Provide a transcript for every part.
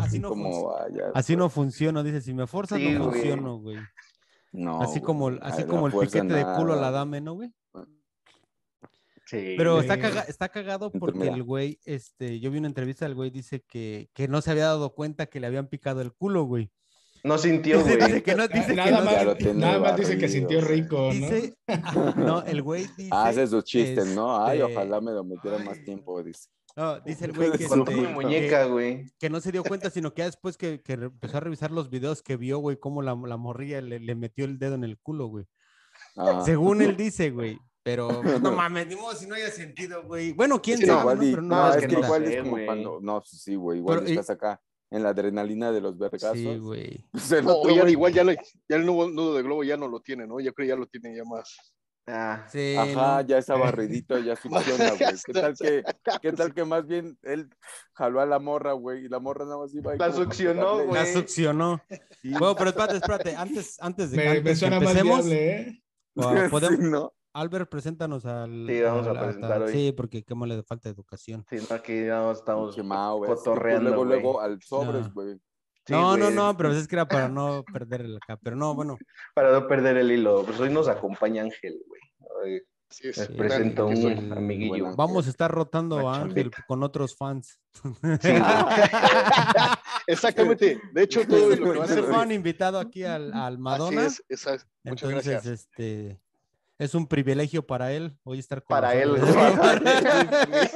así como vaya. Así no funciona, dice, si me forzas Sí, no güey. funciono, güey. No, Así como güey, a la el fuerza piquete de culo a la nada, dame, ¿no, güey? Sí. Pero güey. está cagado Entonces, porque mira. el güey, yo vi una entrevista del güey, dice que no se había dado cuenta que le habían picado el culo, güey. No sintió, Dice güey. que no, dice que Nada no más, Ya lo sintió. tiene nada más dice que barrido, sintió güey. rico, ¿no? Dice, no, el güey dice. Hace sus chistes, ¿no? Ay, este, ojalá me lo metiera más tiempo, dice. No, dice el güey que, Con tu muñeca, güey. que no se dio cuenta, sino que ya después que empezó a revisar los videos que vio, güey, cómo la morrilla le metió el dedo en el culo, güey. Ah. Según él dice, güey. Pero pues, no mames, ni modo si no haya sentido, güey. Bueno, quién Sí, sabe, igual ¿no? y- Pero no, es es que que no igual sé, es como güey. cuando, no, sí, güey, igual Pero, estás acá en la adrenalina de los vergazos. Sí, güey. Pues el No, otro, ya, güey, igual ya el nuevo nudo de globo ya no lo tiene, ¿no? Yo creo que ya lo tiene ya más. Ah, Sí, ajá, ¿no? ya está barridito, ya succiona, güey. ¿Qué tal que más bien él jaló a la morra, güey, y la morra nada más iba ahí La como para succionó, tocarle? güey. La succionó. Sí. Bueno, pero espérate. Antes de Me que suena más empecemos, viable, ¿eh? podemos, Sí, ¿no? Albert, preséntanos al. Sí, vamos a presentar hoy. Sí, porque cómo le falta educación. sí, no, aquí ya estamos Pinche Mao, güey. Es que, pues, cotorreando, güey. luego al sobres, No. güey. Sí, No, güey. pero es que era para no perder el acá. Pero no, bueno. Para no perder el hilo. Pues hoy nos acompaña Ángel, güey. Hoy Así es. les Sí, presento Aquí un estoy. amiguillo. Bueno. Vamos a estar rotando Una a Ángel chambita. con otros fans. Sí, güey. Exactamente. De hecho, todo lo que va a Es ser el de... fan invitado aquí al Así Madonna. es. Muchas Entonces, gracias. es un privilegio para él hoy estar con Para él, nosotros. güey.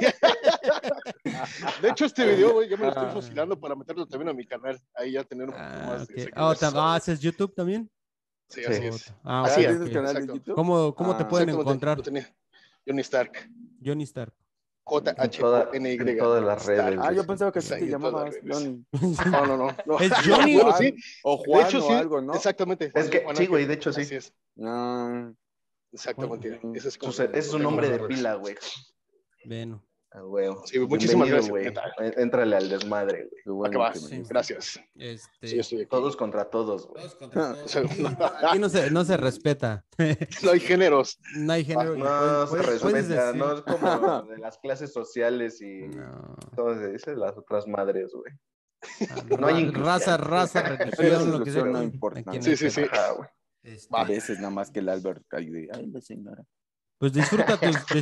De hecho, este video, güey, yo me lo estoy fusilando para meterlo también a mi canal. Ahí ya tener un poquito más Ok. de seguidores. ¿Haces YouTube también? Sí, así es. Ah, Así ok, es. ¿Tienes ok. canal de Exacto. YouTube? ¿Cómo te pueden Exactamente, encontrar? lo tenía. Johnny Stark. Johnny Stark. J-H-O-N-Y. En todas las redes. Stark. Ah, yo pensaba que así Exacto, te en todas las llamabas, redes. Johnny. No. Es O Johnny. Bueno, Juan, sí. o De Juan hecho, o sí. algo, ¿no? Exactamente. Es que, Juan sí, güey, Ángel. de hecho, sí. Así es. Ah, Exactamente. Ese es, como Es un lo nombre de tengo. pila, güey. Bueno. Ah, güey. Sí, muchísimas Bienvenido, gracias, güey. neta. Éntrale al desmadre, güey. qué ¿A bueno qué vas? que me Sí. dices. Gracias. Sí, estoy aquí. Todos contra todos, güey. Todos contra todos. O sea, Aquí no se respeta. no hay géneros. No hay género. y No se puedes respeta, decir- no es como de las clases sociales y No. ¿cómo se dice? Las otras madres, güey. No hay inclusión. raza, Esa religión, lo que sea. inclusión no aquí- importa. aquí no Sí, hay sí, sí. pedo. Ajá, güey. A veces nada más que el Albert cae de, ay, la señora. Pues disfruta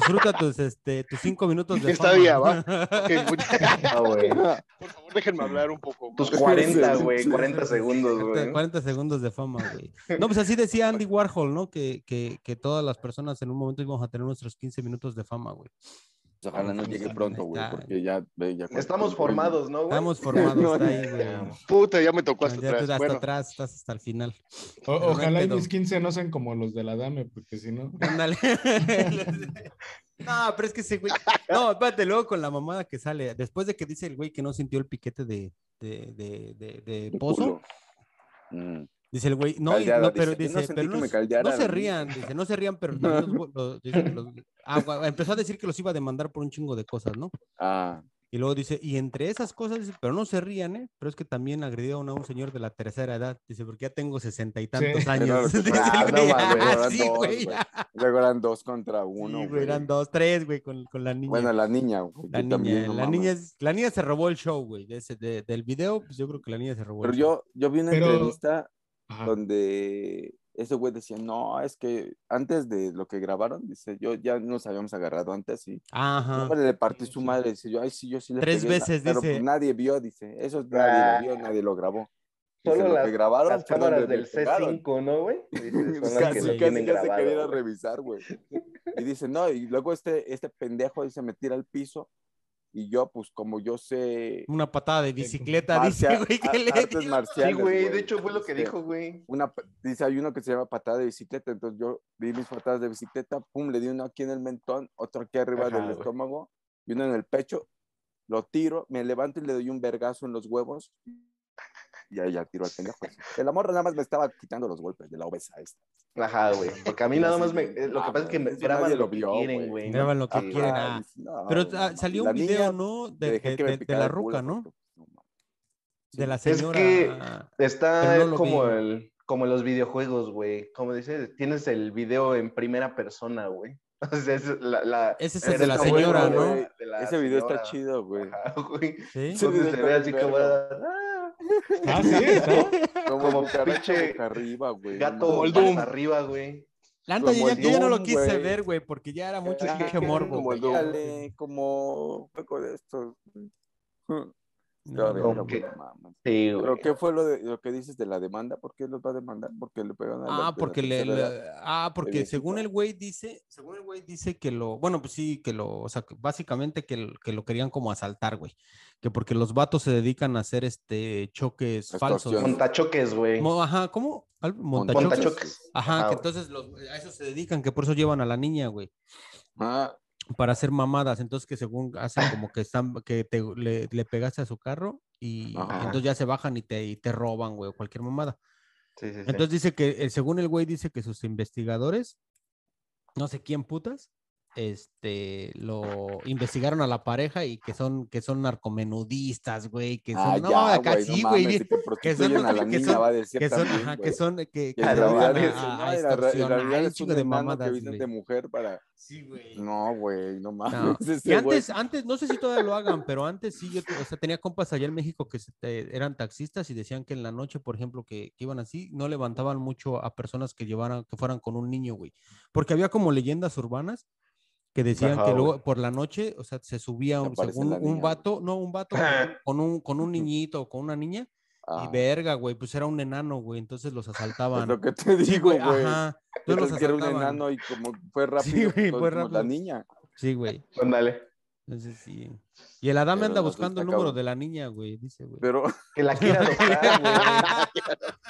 tus 5 minutos de Está fama. bien, va. Ok, Ah, güey. por favor, déjenme hablar un poco. Tus 40, Sí, güey, sí, 40 segundos, güey. 40 segundos de fama, güey. No, pues así decía Andy Warhol, ¿no? Que todas las personas en un momento íbamos a tener nuestros 15 minutos de fama, güey. Ojalá no llegue pronto, güey, porque ya ve, ya Estamos formados, ¿no, güey? Estamos formados, No, está ahí, güey. Puta, ya me tocó hasta Ya tú atrás. hasta Bueno, atrás, estás hasta el final. Pero no hay Ojalá y pedo. mis 15 no sean como los de la dame, porque si no. Ándale. No, pero es que ese güey. No, espérate, luego con la mamada que sale. Después de que dice el güey que no sintió el piquete de pozo, culo. Mm. dice el güey, no, Caldeada, pero dice, "Yo no dice, sentí pero que no, me caldeara no se a mí". rían, dice, no se rían, pero también dice que empezó a decir que los iba a demandar por un chingo de cosas, ¿no? Ah, Y luego dice, y entre esas cosas, dice, pero no se rían, ¿eh? Pero es que también agredieron a un señor de la tercera edad. Dice, porque ya tengo 60 y tantos Sí. años. Claro, Dice el no güey, mames, "Ah, eran sí, dos, güey. güey. Luego eran 2 contra 1, Sí, güey, güey. eran 2, 3, güey, con la niña. Bueno, la niña, güey. La que niña, también, no mames. la niña se robó el show, güey. Del video, pues yo creo que la niña se robó Pero el show. yo vi una Pero- entrevista Ajá. donde ese güey decía, no, es que antes de lo que grabaron, dice, yo ya nos habíamos agarrado antes y Ajá. no, le partí su madre, dice, yo, ay, sí, yo sí le 3 pegué, veces, pero dice. pues nadie vio, dice, eso nadie lo vio, nadie lo grabó. Dice, Solo lo que grabaron las fue cámaras donde me del pegaron. C5, ¿no, güey? Dice, son las que Casi, lo güey. tienen casi quería grabado, güey. revisar, güey. Y dice, no, y luego este pendejo dice, me tira al piso y yo, pues como yo sé Una patada de bicicleta, marcia- dice, güey, que le artes dio. marciales, Sí, güey, de hecho fue lo que Este, dijo, güey. Dice, hay uno que se llama patada de bicicleta, entonces yo vi mis patadas de bicicleta, pum, le di uno aquí en el mentón, otro aquí arriba Ajá, del güey. estómago y uno en el pecho, lo tiro, me levanto y le doy un vergazo en los huevos y ahí ya tiro al pendejo. El amor nada más me estaba quitando los golpes de la obesa esta. Ajá, güey. Porque a mí Y nada así más de, lo que pasa es que me eso graban nadie lo lo que vio, quieren, güey. güey. ¿no? Graban lo que Sí, quieren. güey. Ah. Dice, no, Pero mames. salió La un video, niña, ¿no? dejé que me De picara la el culo, ruca, ¿no? porque, no mames. De la Es señora. que está Pero no lo como vi. como en los videojuegos, güey. Como dices, tienes el video en primera persona, güey. O sea, Ese es el eres de la como señora, el ¿no? de la Ese video está señora. chido, güey. Ajá, güey. ¿Sí? Ese video Entonces se está ve bien así como... verga, ah, Ah, sí, está. Como cucaracha pinche boca arriba, güey. Gato Como el panza Doom. arriba, güey. La neta, Como el yo ya no lo Doom, quise güey. ver, güey, porque ya era mucho Ah, pinche morbo, como güey. el ya. Dale, como juego de estos. No, Está verga, Como güey, que- no mames. Sí, ¿Pero güey. qué fue lo que dices de la demanda? ¿Por qué los va a demandar? Porque le pegan a la, de la Porque tercera edad, de porque viejito. según el güey dice que bueno, pues sí, o sea, que básicamente que lo querían como asaltar, güey. Que porque los vatos se dedican a hacer choques falsos. Extorsión. Montachoques, güey. Ajá, ¿cómo? Montachoques. Montachoques. Ajá, que entonces a eso se dedican, que por eso llevan a la niña, güey. Ah, Para hacer mamadas, entonces que según hacen como que le pegaste a su carro y Ajá. entonces ya se bajan y te roban, güey, o cualquier mamada. Sí, sí, sí. Entonces dice que, según el güey, dice que sus investigadores, no sé quién putas, lo investigaron a la pareja y que son narcomenudistas, güey, que son, no mames, ya, acá güey, no sí, güey, mames, y que prostituyen a la niña, va a decir que son, también, ajá, güey. que Y en Ah, no ayudan realidad, mames. no, a en extorsionar, realidad un es un chingo de enano que mamadas, visten güey. de mujer para... Sí, güey. No, güey, no mames. No. ese Y güey. antes, no sé si todavía lo hagan, pero antes sí, o sea, tenía compas allá en México que eran taxistas y decían que en la noche, por ejemplo, que iban así, no levantaban mucho a personas que fueran con un niño, güey. Porque había como leyendas urbanas que decían Ajá, que güey. luego por la noche, o sea, se subía, Se aparece según la un niña, vato, no, un vato con un niñito o con una niña, y Ah, verga, güey, pues era un enano, güey, entonces los es asaltaban. lo que te Sí, digo, güey, güey. ajá, Yo entonces los creí que era un asaltaban. enano y como fue Sí, rápido, güey, pues fue dijimos, la rápido. niña. Sí, güey. Ándale. Entonces sí. Y el Adame Pero anda no se buscando el está número cabrón. de la niña, güey, dice, güey. Pero... Que la quiera adoptar, güey.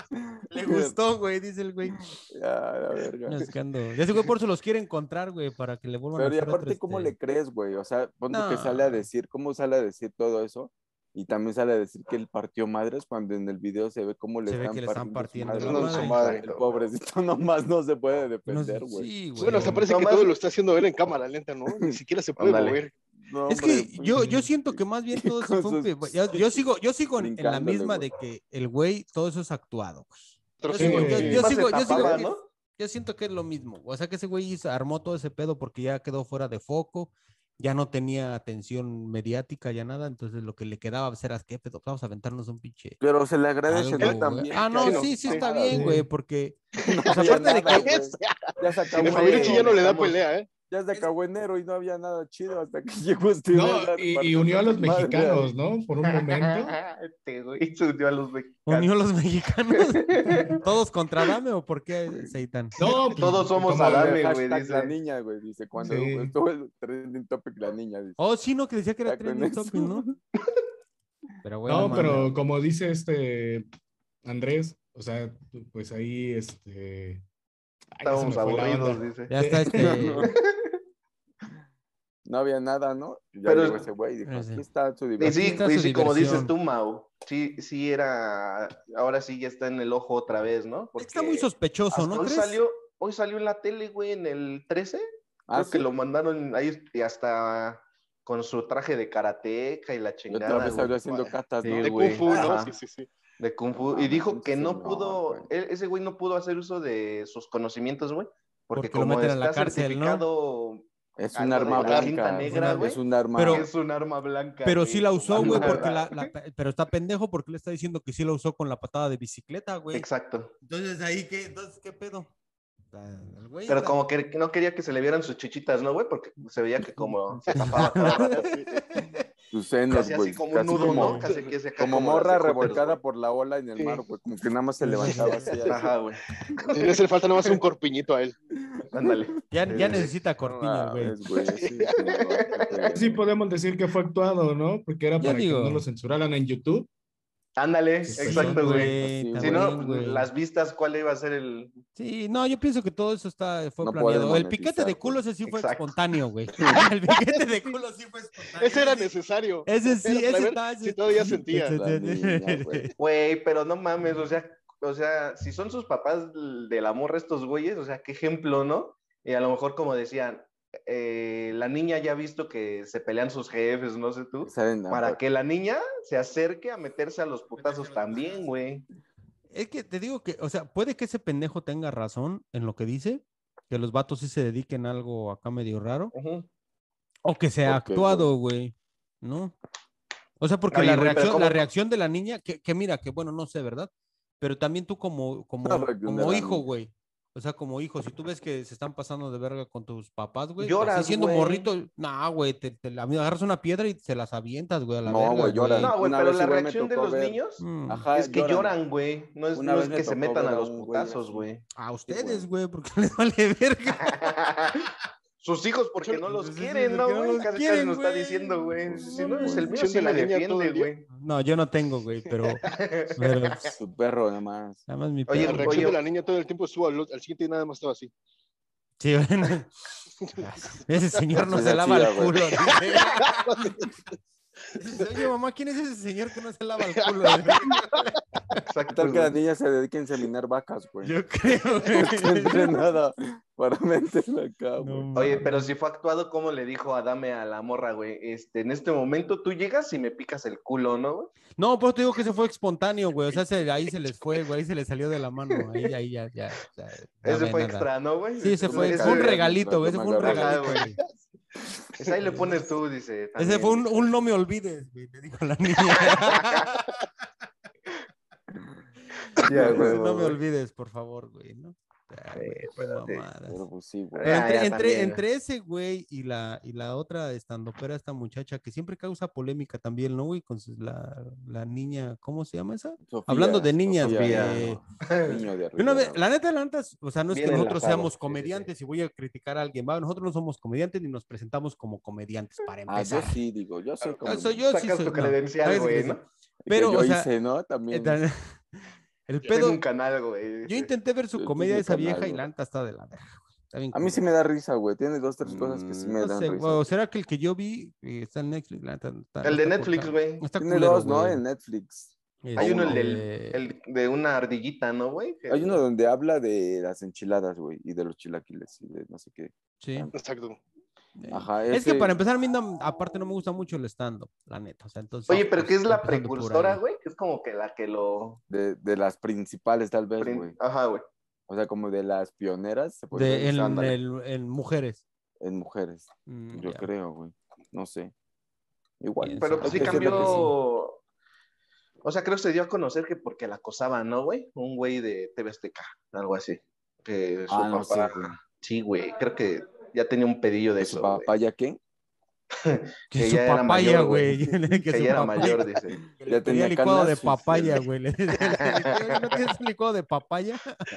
Le gustó, güey, dice el güey. Ya, la verga. Buscando. Ya ese güey por eso los quiere encontrar, güey, para que le vuelvan a Pero y hacer otro, aparte, ¿cómo le crees, güey? O sea, pon tú que sale a No. decir, ¿cómo sale a decir todo eso? Y también sale a decir que él partió madres cuando en el video se ve cómo le Se ve están que le están partiendo su partiendo madre. la Su madre. madre. El pobrecito nomás no se puede defender, No, güey. sí, güey. Bueno, hasta parece que Nomás- todo lo está haciendo él en cámara lenta, ¿no? Ni siquiera se puede Ándale. mover. No, Es hombre, que yo siento que más bien todo eso con fue un sus- yo sigo en la brincándole, misma güey. de que el güey, todo eso es actuado, güey. Yo Sí, sigo, sí. Más se tapaba, que ¿no? yo siento que es lo mismo. O sea que ese güey armó todo ese pedo porque ya quedó fuera de foco, ya no tenía atención mediática, ya nada, entonces lo que le quedaba pues, era qué pedo, vamos a aventarnos un pinche Pero se le agradece, algo, ¿no? güey. También. Ah, no, que sí, sí no, está mamadas, bien, sí. güey, porque No pues, había aparte de nada, que güey. Ya se acabó El güey, Fabirucci ya no le da estamos- pelea, ¿eh? Ya se acabó enero y no había nada chido hasta que llegó este No, verga a y repartirse unió a los su madre mexicanos, ahí. ¿no? Por un momento. Este güey se unió a los mexicanos. unió a los mexicanos todos contra Dame o por qué Seitan. No, pues, Todos somos como- Adame, Con el güey, hashtag dice. la niña, güey, dice. Cuando Sí. estuvo el trending topic la niña, dice. Oh, sí, no, que decía que era Ya con trending eso. topic, ¿no? Pero bueno, No, pero mames. como dice Andrés, o sea, pues ahí, ay, ya se Estábamos me fue la aburridos, onda. dice. ya está No había nada, ¿no? Y ya Pero- llegó ese güey y dijo, Ese. aquí está su Y diversión. sí, está y su sí, como diversión. dices tú, Mau, sí era, ahora sí ya está en el ojo otra vez, ¿no? Está muy sospechoso, hasta ¿no crees? hoy salió en la tele, güey, en el 13, ¿Ah, creo que sí? lo mandaron ahí y hasta con su traje de karateca y la Y otra chingada, vez salió güey, haciendo catas, ¿no? Sí, De güey. Kung Fu, ¿no? Ajá. Sí. de Kung Fu, No y mames, dijo pinche que no señor, pudo, güey. ese güey no pudo hacer uso de sus conocimientos, güey, porque Porque lo como meten a la está cárcel, ¿no? certificado Es algo un de arma la cinta blanca. negra, güey, Es un arma. Pero- es un arma blanca. Pero güey, sí la usó, güey, mamada. porque pero está pendejo porque le está diciendo que sí la usó con la patada de bicicleta, güey. Exacto. Entonces ahí ¿qué pedo? O sea, el güey Pero está- como que no quería que se le vieran sus chichitas, ¿no, güey? Porque se veía que como se tapaba cada rato. Sus Se senos, hacía güey. así como un Casi nudo, como, ¿no? Casi que se acá como como las morra de Hooters, revolcada güey. por la ola en el Sí. mar, güey. Como que nada más se Sí, levantaba así. así. Ajá, güey. Le hace falta nomás un corpiñito a él. Ándale. ya Sí, sí. necesita corpiño, el güey. mames, güey. Sí, güey. Sí podemos decir que fue actuado, ¿no? Porque era Yo para digo- que no lo censuraran en YouTube. Ándale, Sí, exacto, güey. Sí, Si también, no, güey. las vistas, ¿cuál iba a ser el...? Sí, no, yo pienso que todo eso fue No planeado. puede El piquete de monetizar, culo güey. ese sí fue Exacto. espontáneo, güey. El piquete de culo sí fue espontáneo. Ese era necesario. Ese sí, Era para ese ver está. si todavía sentía. La niña, güey. Güey, pero no mames, o sea, si son sus papás del amor estos güeyes, o sea, qué ejemplo, ¿no? Y a lo mejor como decían, la niña ya ha visto que se pelean sus jefes, no sé tú, ¿Saben? para que la niña se acerque a meterse a los putazos también, güey. Es que te digo que, o sea, puede que ese pendejo tenga razón en lo que dice, que los vatos sí se dediquen a algo acá medio raro, Ujú. o que sea ¿Por qué, actuado, güey, ¿no? O sea, porque Oye, la güey, pero reacción, ¿cómo? la reacción de la niña, que mira, que bueno, no sé, ¿verdad? Pero también tú como reacción de la hijo, niña. güey. O sea, como hijo, si tú ves que se están pasando de verga con tus papás, güey, así Lloras, siendo güey. morrito, nah, güey, agarras una piedra y se las avientas, güey, a la No, verga, güey, lloran. güey. No, güey, Una pero vez la igual me reacción de tocó los ver. niños Ajá, es que lloran, güey. No es, Una no vez es me que se tocó metan ver a a los un güey putazos, así. güey. A Sí, ustedes, güey. güey, porque les vale verga. Sus hijos porque no los Sí, sí, quieren, porque ¿no, no güey? los Casi casi quieren, nos está güey. diciendo, güey. Pues Si sí, no eres el güey. mío, sí ¿De la me niña todo defiende, el día? güey. No, yo no tengo, güey, pero pues, Su perro, nada más. nada más mi Oye, La perro. reacción oye. de la niña todo el tiempo estuvo al siguiente y nada más estaba así. Sí, bueno. Ese señor no Así se se lava el hacía, güey. culo, dice. Dice, oye, mamá, ¿quién es ese señor que no se lava el culo? ¿Qué Exacto, tal que la güey. niña se dedique a inseminar vacas, güey? Yo creo, Está güey. entrenada para meterla acá, No güey. Oye, pero mames. si fue actuado, ¿cómo le dijo Adame a la morra, güey? En este momento tú llegas y me picas el culo, ¿no, güey? No, pues te digo que eso fue espontáneo, güey. O sea, ahí se les fue, güey. Ahí se les salió de la mano. Ahí ya, Ese fue nada. extra, ¿no, güey? Sí, ese Me fue un caías regalito, mientras güey. yo Ese me fue un agarraba. Ajá, regalito, güey. güey. Ese ahí le pones tú, dice. Ese También, fue dice. un no me olvides, güey, le dijo la niña. Ya, Ese güey, no me güey. olvides, por favor, güey, ¿no? Ya, güey, qué Espérate. mamadas. Pero pues sí, güey. Pero Ya también. entre ese güey y la otra estandopera, esta muchacha que siempre causa polémica también, ¿no, güey? Con la niña, ¿cómo se llama esa? Sofía, Hablando de niñas, Sofía. Niño de Una vez, Rivera. la neta, o sea, no es Bien que nosotros enlazado, seamos sí, sí, comediantes y voy a criticar a alguien, ¿va? Nosotros no somos comediantes ni nos presentamos como comediantes para Ah, yo empezar. sí, digo, yo soy como. Eso yo sí Sacas soy, tu no, credencial, sabes güey, que sí. ¿no? Pero, que yo o sea, hice, ¿no? También. el Yo tengo pedo, un canal, güey. yo intenté ver su Este es comedia mi de esa canal, vieja y güey. la neta está de la verga, güey. Está bien A mí sí culera. me da risa, güey. Tiene 2, 3 cosas que sí me No dan sé, risa. o güey. será que el que yo vi está en Netflix, la neta, El de está Netflix, está- güey. Está Tiene culero, 2, ¿no? güey. En Netflix. Hay uno, uno. el de una ardillita, ¿no, güey? Que- Hay uno donde habla de las enchiladas, güey, y de los chilaquiles y de no sé qué. Sí. Exacto. Ajá, Es que ese. para empezar, a mí aparte no me gusta mucho el stand-up, la neta. O sea, entonces. Oye, pero pues, ¿qué es la empezando por precursora, ahí. güey? Que es como que la que lo... De las principales, tal vez, güey. Ajá, güey. O sea, como de las pioneras, se podría decir, Ándale. En mujeres. en mujeres. Yo Ya. creo, güey. No sé. Igual. Quién Pero sabe. pues sí Hay que decirle cambió... que sí. O sea, creo que se dio a conocer que porque la acosaban, ¿no, güey? Un güey de TV Azteca, algo así. Que su No sé, papá... güey. Sí, güey. Creo que ya tenía un pedillo de ¿Que su eso, güey. papá ya qué? Que Que su ya era papaya, mayor, güey. güey. Que su ya era papaya. mayor, dice. Que Ya le pedía tenía licuado canas, de sí, papaya, sí. güey. Le decía, "Oye, ¿no tienes un licuado de papaya?"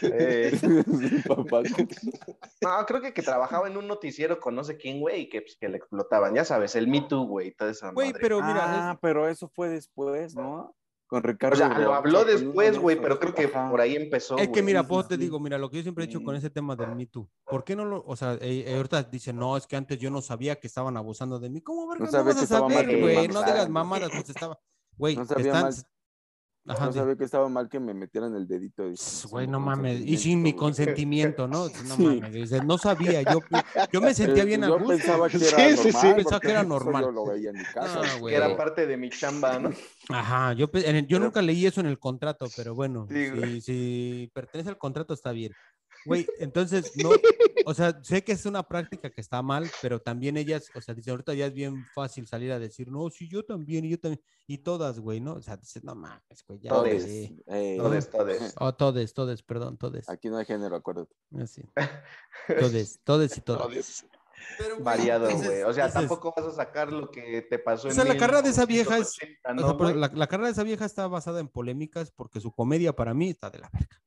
Su papá. No, creo que trabajaba en un noticiero con no sé quién, güey, y que, pues, que le explotaban. Ya sabes, el Me Too, güey, toda esa Güey, madre. pero mira, Pero eso fue después, ¿no? Con O Ricardo sea, lo habló Rocha, con uno después, de güey, esos, pero creo que ajá. por ahí empezó, es que güey. mira, Sí, pues sí, te sí. digo, mira, lo que yo siempre he hecho con ese tema del Me Too, ¿por qué no lo, o sea, ahorita dicen, no, es que antes yo no sabía que estaban abusando de mí? ¿Cómo, verga, no sabía vas que a estaba mal saber, que me güey? No mamaran, digas güey. mamadas, pues estaba, güey, No te sabía están, mal. ajá, No sabía que estaba mal que me metieran el dedito. güey, sin no mi mames, y sin mi consentimiento, ¿no? No Sí. mames, dice, no sabía, yo me sentía bien a Yo gusto. pensaba que Sí, era sí, sí. normal. Pensaba que era porque eso normal. Yo lo veía en mi casa. No, güey. Que era parte de mi chamba, ¿no? Ajá, yo Pero- nunca leí eso en el contrato, pero bueno, Sí, güey. si pertenece al contrato está bien. Güey, entonces, no, o sea, sé que es una práctica que está mal, pero también ellas, o sea, dice, ahorita ya es bien fácil salir a decir, no, sí, yo también, y todas, güey, ¿no? O sea, dices, no mames, güey, ya. Todes. güey. Todes. Oh, todes, perdón, todes. Aquí no hay género, acuérdate. Así. Todes y todas. Adiós. Pero, güey, Variado, entonces, güey. O sea, dices, tampoco vas a sacar lo que te pasó o en sea, la carrera de esa vieja es, 1980, o ¿no, sea, pero güey? la carrera de esa vieja está basada en polémicas porque su comedia para mí está de la verga.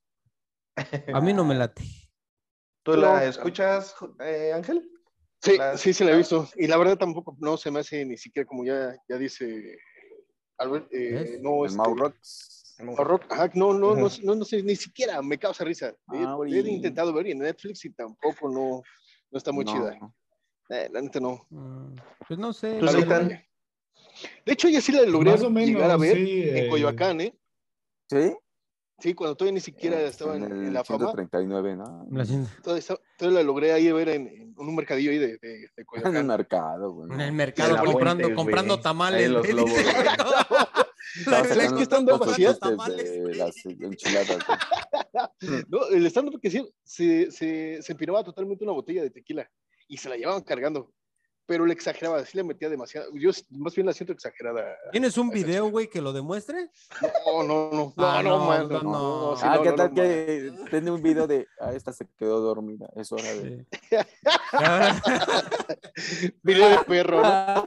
A mí no me late. ¿Tú la escuchas, Ángel? Sí, La- sí, sí la he visto. Y la verdad tampoco no se me hace ni siquiera como ya dice Albert, ¿Ves? no El Mau Rocks. Mau Rock, ajá, no Ujú. sé, ni siquiera me causa risa. Mauri. He intentado ver en Netflix y tampoco no está muy No. chida. La neta no. Pues no sé. ¿Tú, Algo pero- Zaitan? falla. De hecho, ya sí la logré Más o menos, llegar a ver sí, en Coyoacán, ¿eh? ¿Sí? Sí, cuando todavía ni siquiera estaba En en el la fama. 139, ¿no? la siento. Todavía la logré ahí ver en un mercadillo ahí de En el Coyoacán. mercado, güey. En el En mercado la comprando, Fuentes, comprando güey. tamales. Ahí en Los güey, Lobos, dice. güey. Estaba ¿Sabes sacando qué stand-up los hacía? chistes de las enchiladas, güey. No, el stand-up que sí, se empinaba totalmente una botella de tequila y se la llevaban cargando. pero le exageraba, sí le metía demasiado. Yo más bien la siento exagerada. ¿Tienes un a esa video, chica. güey, que lo demuestre? Man, sí, Ah, no, ¿qué no, tal no, que tiene un video de, esta se quedó dormida, es hora de... Sí. Ahora- Video de perro, ¿no?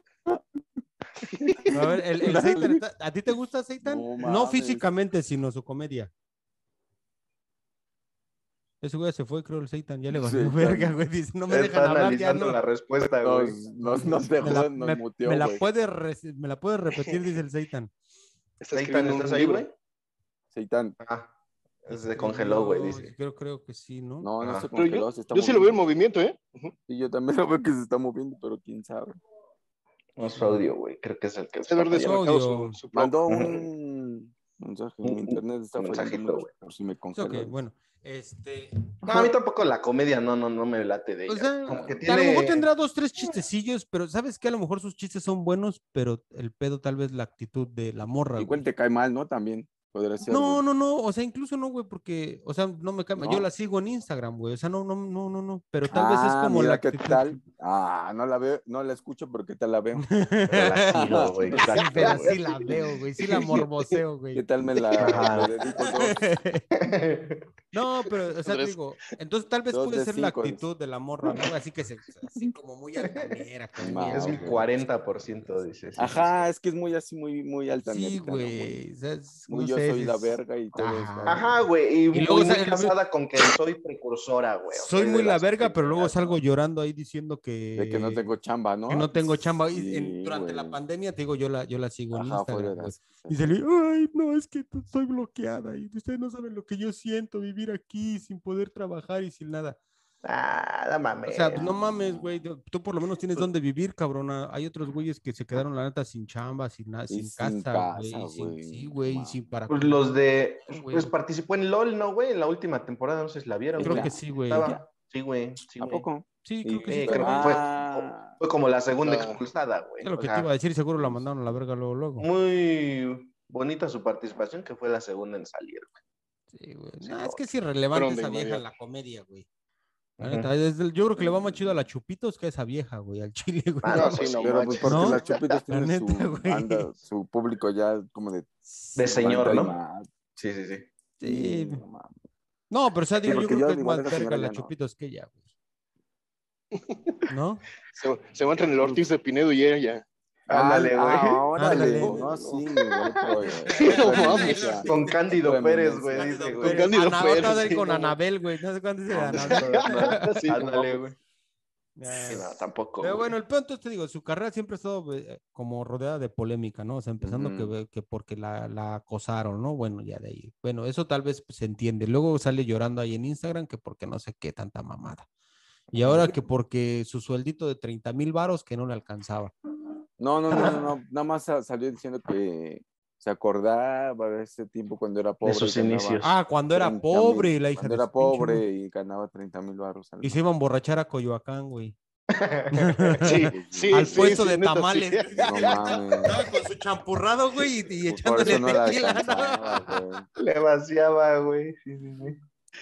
A ver, el Seitan, ¿a ti te gusta Seitan? No No mames. físicamente, sino su comedia. Ese güey se fue, creo, el Seitan, ya le valió Seitan. verga, güey. Dice, no me Está dejan hablar, ya analizando no. la respuesta, güey. Nos dejó, nos muteó, me la güey. puedes repetir, dice el Seitan. Está Seitan, escribiendo ¿estás un ahí, libro. güey? Seitan. Ah, se congeló, güey, dice. Creo que sí, ¿no? No, no Ah. se Pero congeló, se está yo sí lo veo en moviendo. movimiento, ¿eh? Ujú. Y yo también lo veo que se está moviendo, pero quién sabe. No es audio, güey. Creo que es el que Se haber está fallando. desmarcado Audio. su Mandó blog. un mensaje, mi internet está Un fallando mensajito, mucho, güey. por si me Es congela. ok, bueno. No, a mí tampoco la comedia no me late de ella. O sea, Como que a lo mejor tiene... tendrá 2, 3 chistecillos, pero sabes que a lo mejor sus chistes son buenos, pero el pedo tal vez la actitud de la morra, Igual güey. te cae mal, ¿no? También podría ser, No, güey. no, o sea, incluso no, güey, porque, o sea, no me cambia. ¿No? Yo la sigo en Instagram, güey, o sea, no, pero tal vez es Ah, como la mira qué actitud. tal. Ah, no la veo, no la escucho, pero qué tal la veo. Pero la sigo, güey. Sí, Exacto, pero güey. sí la veo, güey, sí la morboseo, ¿Qué güey. tal me Ajá. le dedico dos? No, pero, o sea, te Andrés. digo, entonces tal vez Dos puede de ser la 5, actitud de la morra, ¿no? Así que así como muy altanera, como muy No, Es un güey. 40%, dice. Sí, Ajá, sí. es que es muy así, muy Sí, altanerica, ¿no? güey, o sea, Muy no yo sé, soy la verga y todo eso. Ajá. Ajá, güey. Y Y luego, o sea, muy casada con que soy precursora, güey. o soy de muy la las verga, pero luego primeras, salgo ¿no? llorando ahí diciendo De que no tengo chamba, ¿no? que no tengo chamba. Y Sí, durante la güey. pandemia, te digo, yo la sigo en Ajá, fue de Instagram, güey. las... Y salí, ay, no, es que estoy bloqueada y ustedes no saben lo que yo siento, vivir aquí sin poder trabajar y sin nada. Ah, no O mames. sea, no mames, güey, tú por lo menos tienes Pues- dónde vivir, cabrona. Hay otros güeyes que se quedaron, la neta, sin chamba, sin nada, Y sin sin casa, güey, casa, sin, güey. sí, güey, No sin para Pues comer, los de. güey. Pues participó en LOL, ¿no, güey? En la última temporada, no sé si la vieron, Creo güey. que sí, güey. Estaba. Sí, güey. Sí, ¿A güey. poco? Sí, creo que sí Creo estaba que ahí. fue como la segunda Ah. expulsada, güey. Es lo O que te iba a sea, decir, seguro la mandaron a la verga luego. muy bonita su participación, que fue la segunda en salir, güey. Sí, güey. Sí, No, no. es que es irrelevante Fueron de esa vieja en inmediato. la comedia, güey. La Ujú. neta, yo creo que le va más chido a la Chupitos que a esa vieja, güey, al chile, güey. Ah, No, no, sí, pues no sí. Pero pues manches. porque ¿No? las chupitas La tienen neta, su güey. banda, su público ya como de De señor, 40 y ¿no? más. Sí, sí, sí. Sí. No mames. No, pero o sea, Sí, digo, yo porque creo que es igual más esa verga señora la ya no. Chupitos que ella, güey. ¿No? Se va entre el Ortiz de Pinedo y ella. Ándale, güey. Órale, Ándale. no, sí, güey, No mames. Con Cándido Pérez, güey, dice, Con güey. Cándido Ana, Pérez, otra vez sí, con no, Anabel, güey. No sé cuándo dice No, Anabel. Sí, no Ándale, mames. güey. Ya. Sí, no, tampoco, Pero güey. bueno, el punto es, te digo, su carrera siempre ha estado como rodeada de polémica, ¿no? O sea, empezando Ujú. que porque la acosaron, ¿no? Bueno, ya de ahí. Bueno, eso tal vez se entiende. Luego sale llorando ahí en Instagram que porque no sé qué tanta mamada. Y ahora que porque su sueldito de 30,000 varos que no le alcanzaba. No, nada más salió diciendo que se acordaba de ese tiempo cuando era pobre sus y ganaba inicios. Ah, cuando era 30,000, pobre, la hija cuando de era su pinche madre. pobre y ganaba 30,000 baros al Y se mes. iba a emborrachar a Coyoacán, güey. Sí, sí, Al sí, puesto sí, de neta, tamales. sí. No mames. Estaba con su champurrado, güey, y Por echándole eso no la tequila, alcanzaba, ¿no? güey. Le vaciaba, güey. Sí, sí, sí.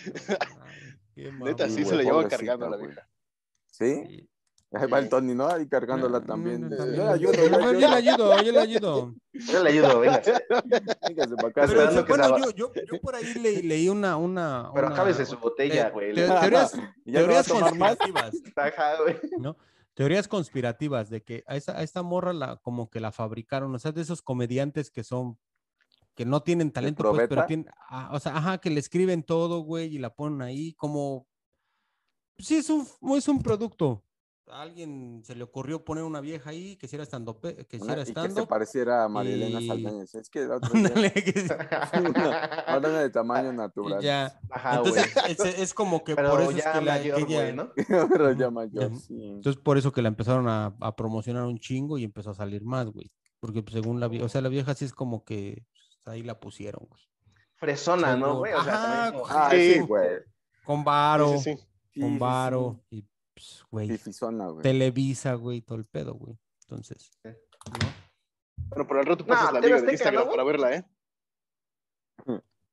Ay, qué Neta, Sí, sí mamón. se güey, la lleva pobrecita, cargando a la güey. vieja. ¿Sí? Sí. Ahí va el Tony, ¿no? Ahí cargándola No, también. no, Yo la ayudo, yo le ayudo, yo le ayudo. Yo le ayudo, venga. Véngase para acá. Pero Esperando que bueno, se yo por ahí leí Pero acábese su botella, güey. teorías, ¿Y ya no va a teorías tomar más? conspirativas, Ajá, güey. ¿no? Teorías conspirativas de que a esta morra como que la fabricaron, o sea, de esos comediantes que no tienen talento, pues, pero probeta? tienen, o sea, ajá, que le escriben todo, güey, y la ponen ahí como, sí, es un producto. A alguien se le ocurrió poner una vieja ahí que hiciera que hiciera Y que se stand-up. pareciera a María Elena y- Saldaña. Es que el otro Ándale, día una de tamaño y natural. ya. Ajá, güey. Entonces, es como que por Pero eso es ya que mayor, güey, ella... ¿no? Pero Ujú, ya mayor, ujú. sí. Entonces, por eso que la empezaron a promocionar un chingo y empezó a salir más, güey. Porque pues, según la vieja, o sea, la vieja sí es como que pues, ahí la pusieron, güey. Fresona, ¿no, Seguro. güey? O sea, también Ajá, como... Ah, Sí. sí, güey. con Sí, varo, sí, sí. con Sí, varo, y pues, güey, Fifizona, güey. Televisa, güey, todo el pedo, güey. Entonces, ¿no? Bueno, pero al rato pasas No, la TV liga de Azteca, ¿no, Instagram güey? para verla, ¿eh?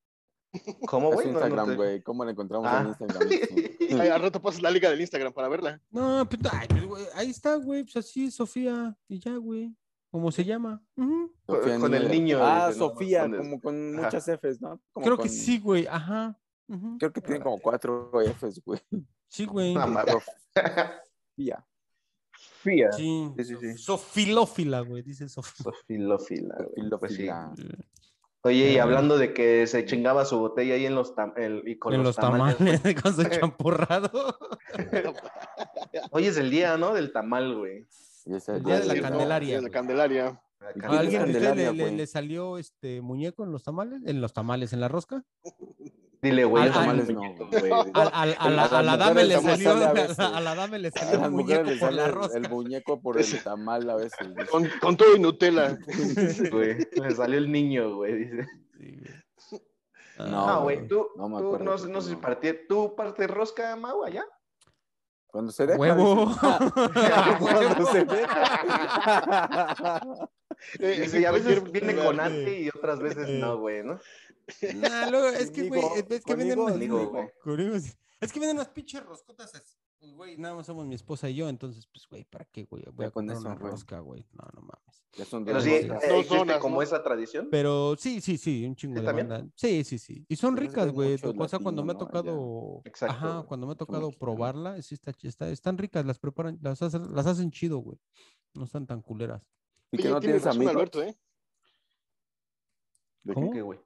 ¿Cómo, Es güey? Instagram, güey. ¿Cómo la encontramos en Instagram? Sí. Ay, al rato pasas la liga del Instagram para verla. No, pues, ay, pues, güey, ahí está, güey, pues así, Sofía, y ya, güey. ¿Cómo se llama? Ujú. Sofía Con el Niño. niño. Ah, dice, no, Sofía, pones- como con Ajá. muchas Fs, ¿no? Como Creo con... que sí, güey, ajá. Ujú. Creo que tiene como 4 Fs, güey. Sí, güey. Ah, madre. Sofía. Fía. Sí, Sí. sofilófila, güey, dice Sofía. Sofilófila, güey. Pues sí. Filofila. Oye, y Pero hablando de que se chingaba su botella ahí en los y con en los tamales, tamales, güey. con su champurrado. Hoy es el día, ¿no? Del tamal, güey. Y esa El día de la Sí, ¿no? Candelaria, De la güey. Candelaria. ¿Y ¿A quién es alguien de ustedes Candelaria, güey? le salió muñeco en los tamales? ¿En los tamales, en la rosca? Dile, güey, Al- yo soy al- un muñeco, güey. A la las dame le mujeres salió, sale a veces. a la dame le A salió las un mujeres muñeco les por sale la el rosca. muñeco por el tamal a veces. Con todo y Nutella. Güey, le salió el niño, güey, dice. Sí, güey. No, Ah, güey. güey, tú, No me tú acuerdo, no, porque no sé si no. ¿tú partes rosca, Mau, allá? Cuando se deja. Huevo. dice. Cuando se deja. Dice, y a veces viene lugar. con ate y otras veces no, güey, ¿no? Nah, luego, es que, güey, es que venden unas... conmigo, güey. Es que venden unas pinches roscotas así. Güey, nada más somos mi esposa y yo, entonces, pues, güey, ¿para qué, güey? Voy Ya a con comprar eso, una güey. rosca, güey. No, no mames. Ya son Pero dos sí, roscas. Dos existe zonas, como ¿no? esa tradición. Pero sí, un chingo ¿Sí, de también? banda. Sí. Y son Pues es que ricas, hay güey. mucho O sea, cuando me ha latino, ¿no? tocado, Exacto, ajá, güey. cuando me ha Mucho tocado mexicano. probarla, sí están ricas, las preparan, las hacen chido, güey. No están tan culeras. Y que Oye, no tienes tienes razón, amigos. Alberto, ¿eh? ¿De ¿Cómo? ¿Qué, güey?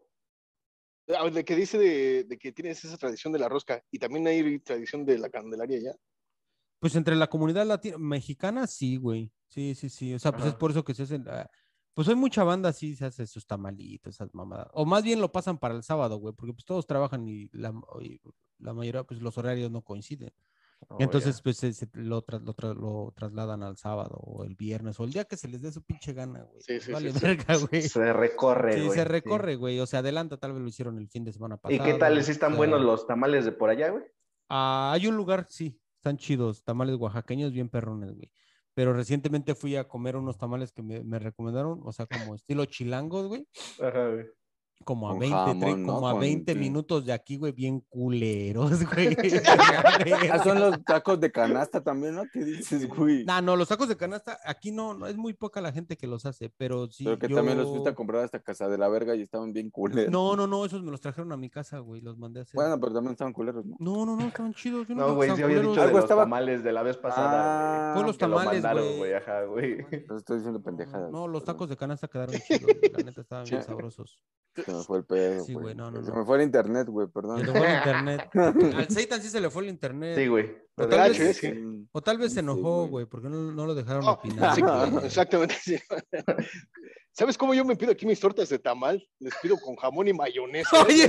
De que dice de que tienes esa tradición de la rosca y también hay tradición de la Candelaria ya. Pues entre la comunidad latina, mexicana, sí, güey. Sí. O sea, pues es Ajá. por eso que se hacen. Pues hay mucha banda, sí, se hace sus tamalitos, esas mamadas. O más bien lo pasan para el sábado, güey, porque pues todos trabajan y la mayoría, pues los horarios no coinciden. Oh, Entonces, ya. pues lo trasladan al sábado o el viernes o el día que se les dé su pinche gana, güey. Sí, Les sí, vale sí, sí. verga, güey. Se recorre, Sí, güey. se recorre, güey. O sea, adelanta, tal vez lo hicieron el fin de semana ¿Y pasado. qué tal? ¿Sí están o sea, buenos los tamales de por allá, güey? hay un lugar, sí, están chidos, tamales oaxaqueños bien perrones, güey. Pero recientemente fui a comer unos tamales que me recomendaron, o sea, como estilo chilangos, güey. Ajá, güey. Como a Con 20, jamón, ¿no? como a Con 20 sí. minutos de aquí, güey, bien culeros, güey. Ah, son los tacos de canasta también, ¿no? ¿Qué dices, güey? Nah, no, los tacos de canasta, aquí no, es muy poca la gente que los hace, pero sí, Pero que también los fuiste a comprar hasta Casa de la Verga y estaban bien culeros. No, esos me los trajeron a mi casa, güey, los mandé a hacer. Bueno, pero también estaban culeros, ¿no? No, estaban chidos, yo no, No, creo que güey, estaban sí había dicho culeros. de Algo los estaba- tamales de la vez pasada, Fue Ah, los güey. Que lo tamales, mandaron, güey. ajá, güey. Entonces estoy diciendo pendejadas. No, los perdón. tacos de canasta quedaron chidos, güey, la neta estaban bien Sí. sabrosos. Se me fue el pedo, Sí, güey, no. Se me fue el internet, güey, perdón. Se le fue el internet. Al Seitan sí se le fue el internet. Sí, güey. O Pero tal gacho, vez, sí. o tal vez se Sí, enojó, güey. güey, porque no lo dejaron Oh, opinar. sí, güey. exactamente. Sí. ¿Sabes cómo yo me pido aquí mis tortas de tamal? Les pido con jamón y mayonesa. Oye,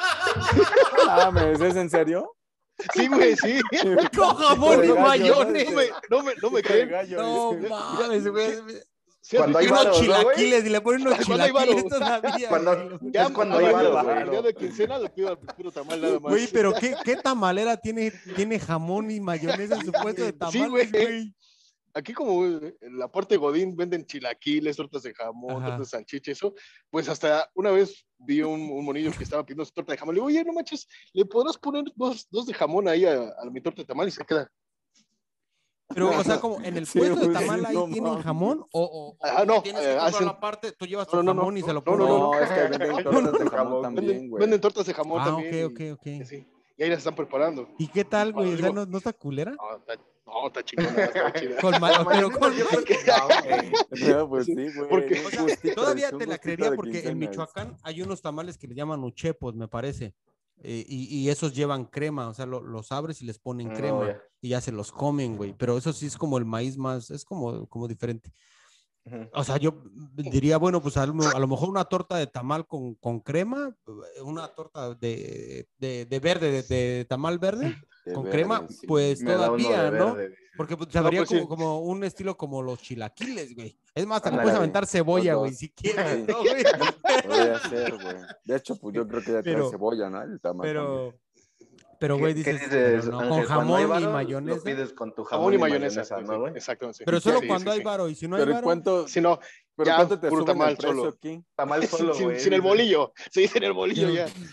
Ah, ¿es en serio? Sí, güey, sí. con jamón y Gallo, mayonesa. No me creen. No mames, güey. Sí, Cuando Y hay unos varos, ¿no, güey? chilaquiles, y le ponen unos Cuando hay chilaquiles varos. todavía. Cuando- güey. Ya, Es cuando el hay día de- varos, güey. el día de quincena le pido al puro tamal nada más. Güey, pero ¿qué tamalera tiene jamón y mayonesa en su puesto de Sí, tamales, güey. güey? Aquí como en la parte Godín venden chilaquiles, tortas de jamón, Ajá. tortas de salchicha, eso, pues hasta una vez vi un monillo que estaba pidiendo su torta de jamón. Le digo, oye, no manches, ¿le podrás poner dos de jamón ahí a mi torta de tamal? Y se queda. Pero, o sea, como en el Sí, puesto de güey, tamal ahí no tienen mames. jamón o No, tienes que comprar hacen- la parte, tú llevas No, tu no, no, jamón y se lo no, pones. No, es que venden tortas de jamón también, Venden, güey. venden tortas de jamón Ah, también. ok. Y así. Y ahí las están preparando. ¿Y qué tal, güey? O sea, Digo, ¿no está culera? No, está chingona, está chida. Pero con... Yo creo que no, güey. No, pues sí, güey. Porque- un O sea, gustito, todavía un te la gustito creería de porque en quincenas. Michoacán hay unos tamales que le llaman uchepos, me parece. Y esos llevan crema, o sea, los abres y les ponen No, crema ya. y ya se los comen, güey. Pero eso sí es como el maíz más, es como diferente. Ujú. O sea, yo diría, bueno, pues a lo mejor una torta de tamal con crema, una torta de verde, de tamal verde De con verde, crema, sí. pues Me da uno todavía, de ¿no? verde, dice. Porque pues, sabría pues, sí. como un estilo como los chilaquiles, güey. Es más, hasta le Ándale, puedes güey. aventar cebolla, Los güey, dos. si quieres, Sí. ¿no, güey? Podría ser, güey. De hecho, pues yo creo que ya trae Pero- cebolla, ¿no? El tamal Pero, güey, ¿Qué dices, dices, pero no, con Ángel? Cuando hay jamón y varo, mayonesa. Lo pides con tu Jamón y mayonesa, ¿no, güey? Exactamente. Pero solo Sí, cuando sí, hay sí. varo, y si no hay Pero ¿y varo, cuánto, Si no, pero ya, cuánto te puro suben tamal el precio solo. aquí? Tamal solo, sin, güey. sin el bolillo. Sí, sin el bolillo ya.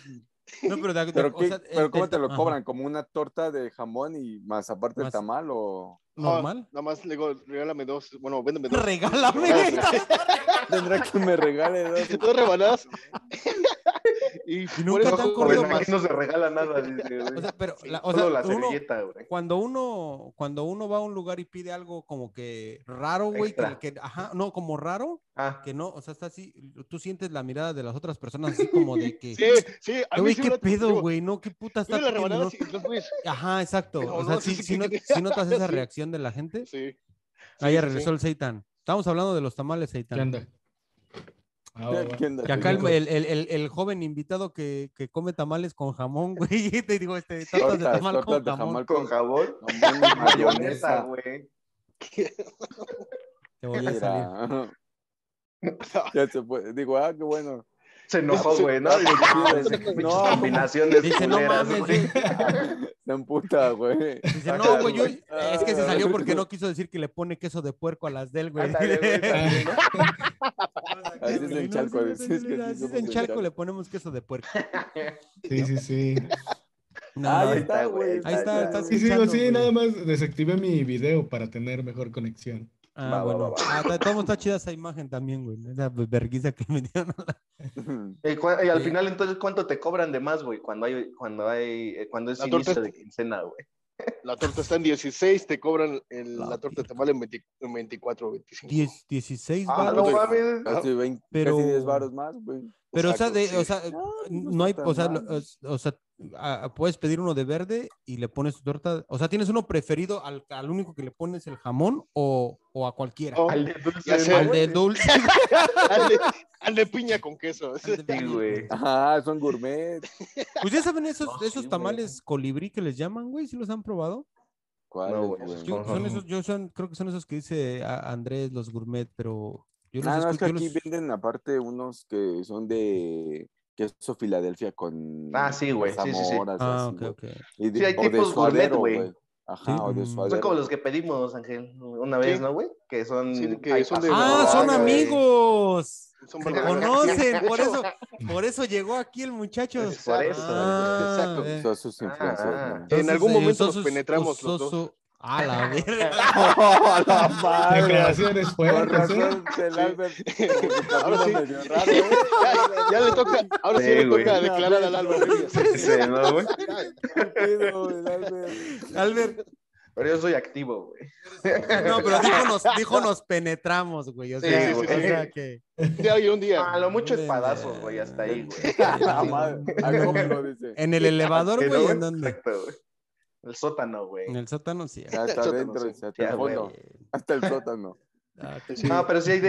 No, pero, ¿Pero, o sea, pero ¿cómo te lo ajá. cobran? ¿Como una torta de jamón y más aparte el Más- tamal o...? ¿Normal? Nada más le digo, regálame dos. Bueno, véndeme dos. Regálame. Tendrá que me regale dos. Dos rebanadas. Y Y por nunca eso te han Joven, corrido más. aquí no se regala nada, dice, O güey. sea, pero, Sí, o Solo sea, la uno, servilleta, güey. cuando uno va a un lugar y pide algo como que raro, güey, Extra. ajá, no, como raro, Ah, que no, o sea, está así, tú sientes la mirada de las otras personas así como de que, Sí, sí, a mí güey, sí qué me pedo, digo, güey, no, qué puta está pide las pidiendo, rebanadas no. y los güeyes. Ajá, exacto, No, o sea, no, sí, sí, si notas esa sí. reacción de la gente, Sí, ahí ya sí, regresó sí. el Seitan. Estamos hablando de los tamales, ¿Qué Seitan. anda? Ah, va, va. ¿Qué onda? Que Qué acá rico. el joven invitado que come tamales con jamón, güey, te digo, tortas de tamal con Tortas de jamón. jamón con jabón jamón y y mayonesa, mayonesa. güey. Te volvió a salir. Mira. Ya se fue. Digo, qué bueno. Se enojó, Sí. güey, ¿no? Ah, Dice, pues, no, chido. ese pinches No, ¿cómo? combinaciones Dice, no culeras, mames, güey. Se emputa, güey. dice, Ajá, no, güey, güey. es que se salió porque no quiso decir que le pone queso de puerco a las del, güey. Ándale, güey, también, ¿no? Así es en Chalco. Así es que Así así es somos en Chalco, le ponemos queso de puerco. Sí, sí, sí. No, Ahí Ahí está, está, güey, güey. ahí está, ya, estás güey. Sí, sigo, escuchando, sí, güey. nada más desactivé mi video para tener mejor conexión. Ah, Va, bueno. va, va, va. Todo está chida esa imagen también, güey. Esa verguiza que me dieron. Y al Sí. final, entonces, ¿cuánto te cobran de más, güey? Cuando es La inicio torta- de quincena, güey. La torta está en 16, te cobran La la torta de verga. tamal en 24, 25. 16 Ah, varos, no Entonces, mames. Casi 20, pero... casi 10 varos más, güey. Pero, Exacto, sí. o sea, No, no hay, está o sea, tan mal. o sea, puedes pedir uno de verde y le pones tu torta. O sea, ¿tienes uno preferido al único que le pones el jamón o a cualquiera? No, Al de dulce, ya sé. ¿no, Al güey? de dulce. al de piña con queso. Al de Sí, piña. güey. Son gourmet. Pues ya saben No, esos sí, tamales colibrí que les llaman, güey, ¿sí los han probado? ¿Cuáles, güey, güey? Son esos, creo que son esos que dice Andrés, los gourmet, pero yo los No, es que escucho, aquí venden aparte unos que son de queso Filadelfia con Ah, sí, güey, sí, sí, sí. zamoras y así, ok, güey. ok. Sí, hay O de tipos gourmet, suadero, güey. güey. Sí, Ajá, o de Son suadero. como los que pedimos, Ángel, una vez, Sí. ¿no, güey? Que son... Sí, que ay, son de pasó, Ah, son verdolaga, güey. amigos. Son Se verdolagas. conocen, De hecho, por eso llegó aquí el muchacho. Es por eso. Exacto. Son sus influencias, Ah, ¿no? En algún momento usó nos penetramos los dos. A la verga. ¡Oh, la madre! Declaraciones Con fuertes, ¿eh? razón, el Sí. Albert como que Ahora camina sí. medio raro, ¿eh? Ya le toca, ahora sí, Sí, le güey. toca declarar al Álvaro. sí, ¿no, güey? ¿Qué pedo, el Albert? Albert, Pero yo soy activo, güey. no, pero dijo nos penetramos, güey. O Sí, sea, sí, sí, o sí. sea que. Un día. A lo mucho espadazos, güey, hasta ahí, güey. La madre, al cómico, dice. En el elevador, ¿Sí, güey, no, ¿en dónde? Exacto, güey. El sótano, güey. En el sótano, sí. Hasta Sótano, adentro, sí. dice, hasta Sí, el a fondo, huevo. hasta el sótano. Sí, No, pero sí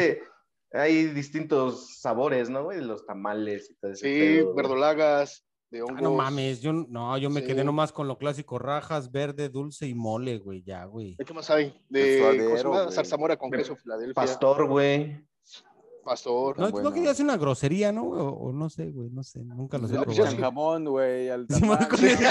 hay distintos sabores, ¿no, güey? Los tamales y todo ese sí, pedo, güey. verdolagas, de hongos. No mames, yo me Sí. quedé nomás con lo clásico, rajas, verde, dulce y mole, güey, ya, güey. ¿De qué más hay? El De suadero, ¿cómo se llama? güey. Zarzamora con De queso Filadelfia. Pastor, güey. Pastor. No, bueno. no quería hacer una grosería, ¿no? O no sé, güey, no sé, nunca los he Le pues, probado. echan jamón, güey, al Sí, tamal. Marco, Pues,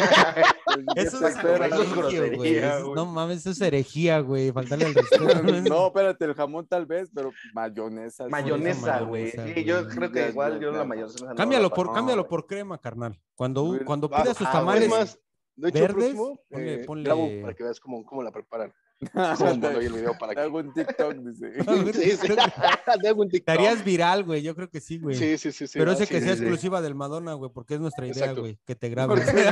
Eso ¿qué es te esperas? Eso es herejía, güey. grosería, Eso- güey. No mames, eso es herejía, güey. Faltarle al respeto. No, espérate, el jamón tal vez, pero mayonesa. sí. Mayonesa, güey. mayonesa, Sí, yo güey. creo que Ya, igual ya, yo ya. la mayonesa no Cámbialo la por, paso. cámbialo No, por crema, carnal. A Cuando ver, pidas sus ajá, tamales Es más, de hecho, verdes, próximo, ponle- grabo para que veas cómo la preparan. güey. Estamos mandando ahí el video para Te que. hago un TikTok, dice. Sí, sí. Te hago un TikTok. estarías viral, güey. Yo creo que sí, güey. Sí, sí, sí, sí. Pero va, ese sí, que sí, sea sí. exclusiva del Madonna, güey, porque es nuestra idea, Exacto. güey, que te Porque grabes.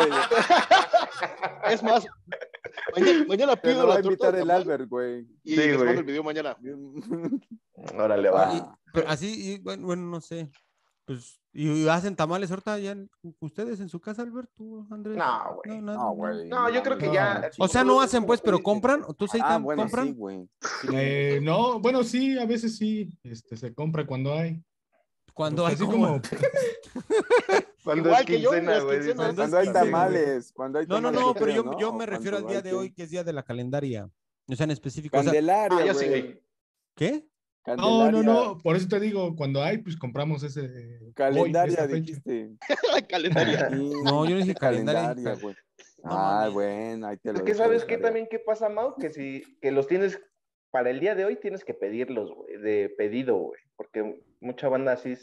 Es más, mañana te pido lo va a la torta invitar de el tamal Albert, güey. y Sí, les güey. mando el video mañana. Órale, Ah, va. pero así, bueno, no sé. Pues, y hacen tamales ahorita ya ustedes en su casa, Alberto, Andrés. No, güey. nada, No, güey. No, yo creo que No. ya. O sea, no todo es hacen como pues, tú pero dices. compran. ¿Tú, Seitan, Bueno, compran? sí, güey. No, bueno, sí, a veces sí, se compra cuando hay. Cuando hay Así como... Cuando Igual es que yo, quincena, las güey. quincenas. dices, Cuando hay quincena, güey. tamales, cuando hay No, tamales. pero creo, yo ¿no? me O refiero al cuando día hay de que- hoy, que es día de la calendaria. O sea, en específico. O sea, Candelaria, yo sí, güey. güey. ¿qué? No, Candelaria. no, por eso te digo, cuando hay, pues compramos ese hoy, Calendaria, esa fecha. dijiste. La calendaria. Sí, No, yo no dije calendaria, dije calendaria, güey. No Ah, mames. bueno, ahí te lo Es que dejo sabes de qué tarea. también qué pasa, Mau, que los tienes para el día de hoy tienes que pedirlos, güey, de pedido, güey, porque mucha banda así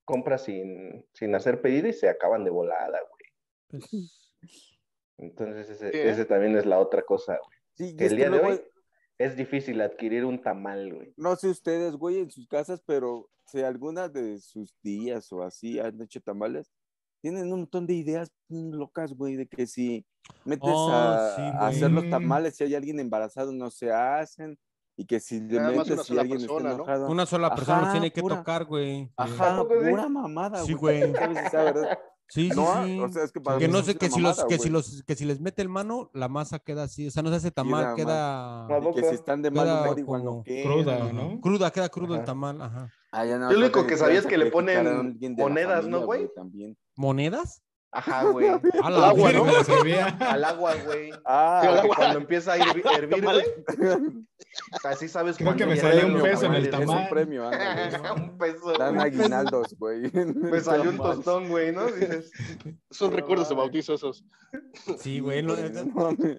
compras sin hacer pedido y se acaban de volada, güey. Pues, Entonces Sí, ese también es la otra cosa, güey. Sí, y Que es el que día de luego, hoy es difícil adquirir un tamal, güey. no sé ustedes, güey, en sus casas, pero si alguna de sus tías o así han hecho tamales, tienen un montón de ideas locas, güey, de que si metes sí, a hacer güey. los tamales, si hay alguien embarazado, no se hacen, y que si le Nada más una metes, si sola alguien está persona, ¿no? enojado. Una sola persona los Ajá, tiene que pura. tocar, güey. Sí. Ajá, ¿Tampoco sí? pura mamada, Sí, güey. güey. ¿Sabes si sea verdad? Sí, sí, No, sí. o sea, es que para Que mí no es sé, una que si mamada, los, güey. que si les mete el mano, la masa queda así, o sea, no se hace tamal, Queda ¿A Y que si poco? están de mal queda humor, igual no como Cruda, quedan. ¿no? cruda, queda crudo el Ajá. tamal, ajá. Ya no Yo lo falta único que sabía es que le sacrificar a ponen alguien de la monedas, ¿no, familia, güey? también. ¿Monedas? Ajá, güey. A Al la agua, ¿no? verga. La servía. Al agua, güey. Sí, Ah, al Porque agua. cuando empieza a hervir, Tamal. güey, así sabes Creo que cuando me ya salió están un los peso en el es un tamal. premio, ándale. Un peso, Dan güey. aguinaldos, güey. Me salió un Tamal. tostón, güey, ¿no? Dices, Son No recuerdos de mames. bautizo esos. Sí, güey. No, no mames.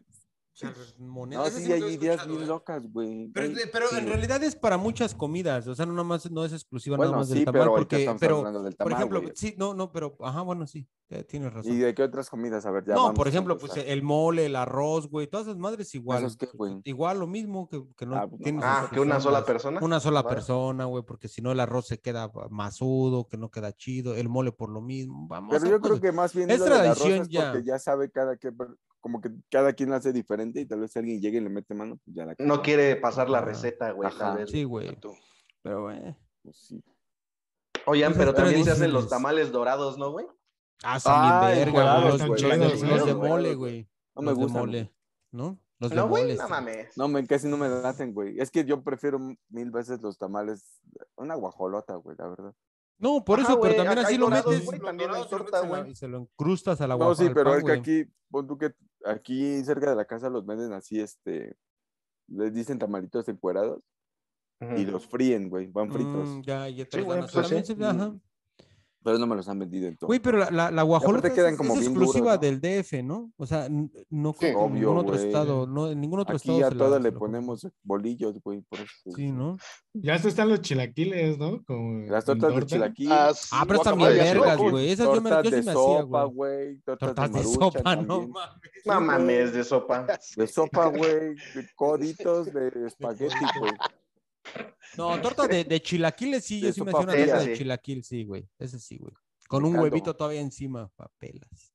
monedas. No, sí, hay ideas bien locas, güey. Pero en Sí. realidad es para muchas comidas, o sea, no es exclusiva nada Bueno, más del sí, tamal, pero ahorita porque, estamos hablando del por tamal, ejemplo, güey. sí, no, pero, ajá, bueno, sí, tienes ¿Y razón. de qué otras comidas? A ver, ya No, vamos por a ejemplo, pues contestar. el mole, el arroz, güey, todas esas madres igual. ¿Esos qué, güey? Igual lo mismo que no Pues no tiene mames. que una sola ondas. persona. Una sola ¿Va? persona, güey, porque si no el arroz se queda masudo, que no queda chido, el mole por lo mismo. Vamos Pero a yo creo cosas. que más bien Es lo del arroz tradición es ya. porque ya sabe como que cada quien lo hace diferente y tal vez alguien llegue y le mete mano, pues ya la No quiere pasar la Ajá. receta, güey, Ajá. tal vez. Sí, güey. Exacto. Pero, güey. Pues sí. Oigan, Esas pero también se hacen los tradiciones. tamales dorados, ¿no, güey? Ah, son bien verga, güey. encuerados, están güey. chidos, Los de ¿no? mole, güey. No me Los de gustan, mole, güey. ¿no? Los de No, güey, mole, no sí. mames. No, casi no me laten, güey. Es que yo prefiero 1000 veces los tamales, una guajolota, güey, la verdad. No, por Ajá, eso, pero güey, también acá así hay lo dorados, metes. güey, Los también hay dorados se lo torta, metes güey. y se lo incrustas a la No, sí, al pero pan, es que güey. aquí, pon tú que aquí cerca de la casa los venden así, les dicen tamalitos encuerados y Ujú. los fríen, güey, van fritos. Ya te Sí, los güey, dan así. pues También sí. ajá. Pero no me los han vendido en todo. Güey, pero la guajolota quedan como es bien exclusiva duros, ¿no? del DF, ¿no? O sea, no Sí. creo que en ningún Obvio, otro güey. estado, no, en ningún otro Aquí estado a se todo la le comen. ponemos bolillos, güey, por eso. Sí, ¿no? Ya hasta están los chilaquiles, ¿no? Como Las en tortas de torta. chilaquil. Las Ah, pero están bien guacamayas, ¿no? vergas, ¿Cómo? güey. Esas Tortas yo sí de me hacía, sopa, güey. güey. Tortas Tortas de de maruchan sopa, no también. mames. No Sí, mames, güey. de sopa. De sopa, güey. De coditos de espagueti, güey. No, torta de chilaquiles, sí, De yo sí me sopa hacía una torta fría. de chilaquil, sí, güey. Ese sí, güey. Con De un caldo. huevito todavía encima, papelas.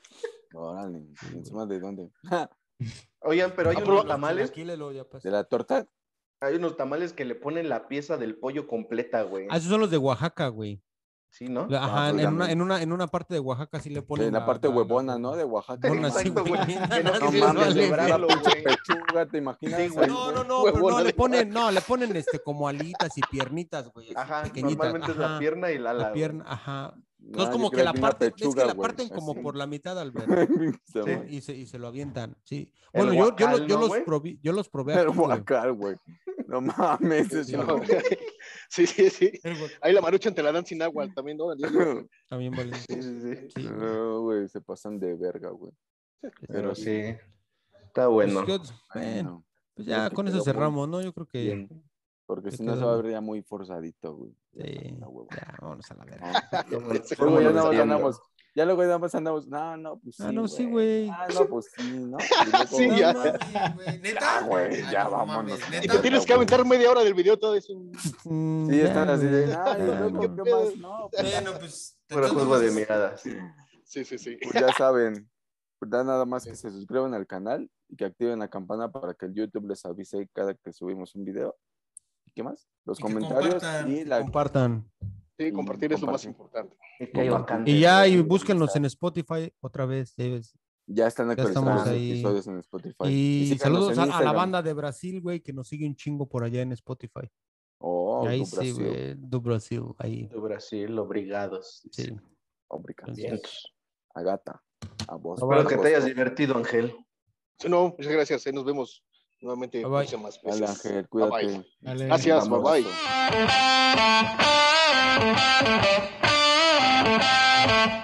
Órale. Sí, ¿Y güey. encima de dónde? Oigan, pero hay Ah, unos pero- tamales, Chilaquiles, luego ya pasa. ¿De la torta? hay unos tamales que le ponen la pieza del pollo completa, güey. Ah, esos son los de Oaxaca, güey. Sí, ¿no? Ajá, pues, en una parte de Oaxaca sí le ponen En la parte huevona, ¿no? De Oaxaca. huevona, sí, Exacto, güey. güey. Que no No quisieron mames, celebrarlo, una pinche güey. pechuga, ¿te imaginas? Sí, güey. ahí, No, pero Huevona no, de le ponen como alitas y piernitas, güey. Así, Ajá, pequeñitas. normalmente es la Ajá, pierna y la ala, la güey. pierna, ajá. No, Entonces, yo como que creí la una parte, es pechuga, que la güey, parten como así. por la mitad, Albert. Se Sí, llama. y se lo avientan, sí. El Bueno, guacal, ¿no, güey? yo los probé El aquí, güey. guacal, güey. No mames, Sí, eso No. no. Sí, sí, sí. El guacal Ahí la maruchan te la dan sin agua también, ¿no? también vale. Sí, sí, sí. Sí, güey. No, güey, se pasan de verga, güey. Pero sí. sí. Está Pues, bueno. bueno, Bueno, pues creo ya que con eso quedó muy cerramos, ¿no? Yo creo que bien, porque ya si no se quedó. va a ver ya muy forzadito, güey. Ya, sí, la hueva. ya, vámonos a la verga. No. Vámonos Luego ya nada más viendo. andamos. Ya luego ya nada más andamos. No, pues sí. Ah, no, sí, güey. Ah, no, pues sí, ¿no? Y luego, Sí, No ya. mames, güey. ¿Neta? Ya, güey, Ay, ya no vámonos. mames, Y ¿neta? te tienes que aventar media hora del video todo eso. Sí, están ya, así de, güey, ay, ya, luego, no. ¿qué más? No, pues, Bueno, pues. Pura entonces, curva de miradas. Sí, sí, sí. pues ya saben. Pues ya nada más que se suscriban al canal y que activen la campana para que el YouTube les avise cada que subimos un video. ¿Y qué más? Los Y que comentarios compartan, y que la compartan. Sí, compartir es lo más compartir. importante. Y que hay vacantes. Y ya, y güey. búsquenlos en Spotify otra vez. Ya están actualizados estamos los ahí. episodios en Spotify. Y síganos saludos en a la Instagram. banda de Brasil, güey, que nos sigue un chingo por allá en Spotify. Oh, ahí do sí, Brasil. güey, do Brasil, ahí. De Brasil, obrigados. Sí. Obrigado. Bien. A Gata. A vos. Espero que a te hayas vos. divertido, Ángel. No, muchas gracias. Nos vemos nuevamente Bye, bye. próximas Dale, veces. Ángel, Bye, cuídate. bye. Dale. Gracias, bye bye. Abrazo.